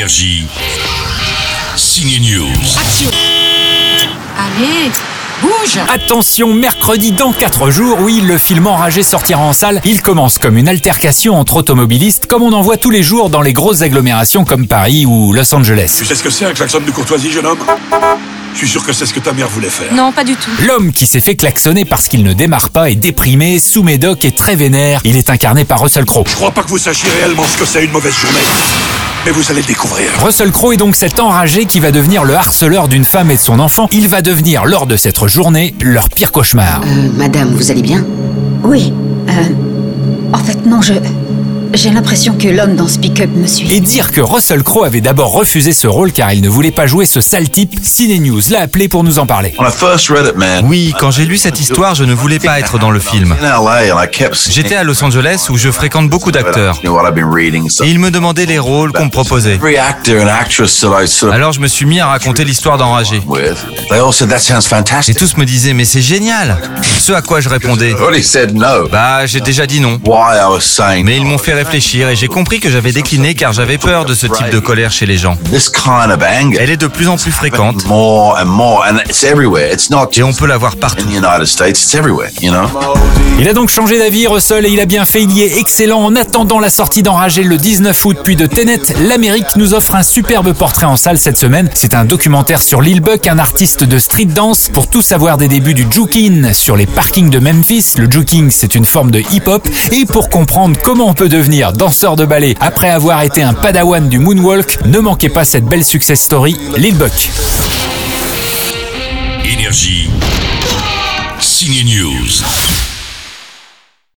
Énergie. Signe News. Action. Allez, bouge. Attention, mercredi dans 4 jours, oui, le film Enragé sortira en salle. Il commence comme une altercation entre automobilistes, comme on en voit tous les jours dans les grosses agglomérations comme Paris ou Los Angeles. Tu sais ce que c'est un klaxon de courtoisie, jeune homme? Je suis sûr que c'est ce que ta mère voulait faire. Non, pas du tout. L'homme qui s'est fait klaxonner parce qu'il ne démarre pas est déprimé, sous médoc et très vénère. Il est incarné par Russell Crowe. Je crois pas que vous sachiez réellement ce que c'est une mauvaise journée. Mais vous allez le découvrir. Russell Crowe est donc cet enragé qui va devenir le harceleur d'une femme et de son enfant. Il va devenir, lors de cette journée, leur pire cauchemar. Madame, vous allez bien? Oui, en fait non, j'ai l'impression que l'homme dans ce pick-up me suit. Et dire que Russell Crowe avait d'abord refusé ce rôle car il ne voulait pas jouer ce sale type, Ciné News l'a appelé pour nous en parler. Oui, quand j'ai lu cette histoire, je ne voulais pas être dans le film. J'étais à Los Angeles où je fréquente beaucoup d'acteurs. Et ils me demandaient les rôles qu'on me proposait. Alors je me suis mis à raconter l'histoire d'Enragé. Et tous me disaient, mais c'est génial. Ce à quoi je répondais, bah j'ai déjà dit non. Mais ils m'ont fait réfléchir et j'ai compris que j'avais décliné car j'avais peur de ce type de colère chez les gens. Elle est de plus en plus fréquente. Et on peut la voir partout. Il a donc changé d'avis, Russell, et il a bien fait, il y est excellent. En attendant la sortie d'Enragé le 19 août, puis de Tenet, l'Amérique nous offre un superbe portrait en salle cette semaine. C'est un documentaire sur Lil Buck, un artiste de street dance. Pour tout savoir des débuts du juking sur les parkings de Memphis, le juking c'est une forme de hip-hop. Et pour comprendre comment on peut devenir danseur de ballet après avoir été un padawan du moonwalk, ne manquez pas cette belle success story, Lil Buck. Énergie. Signe News.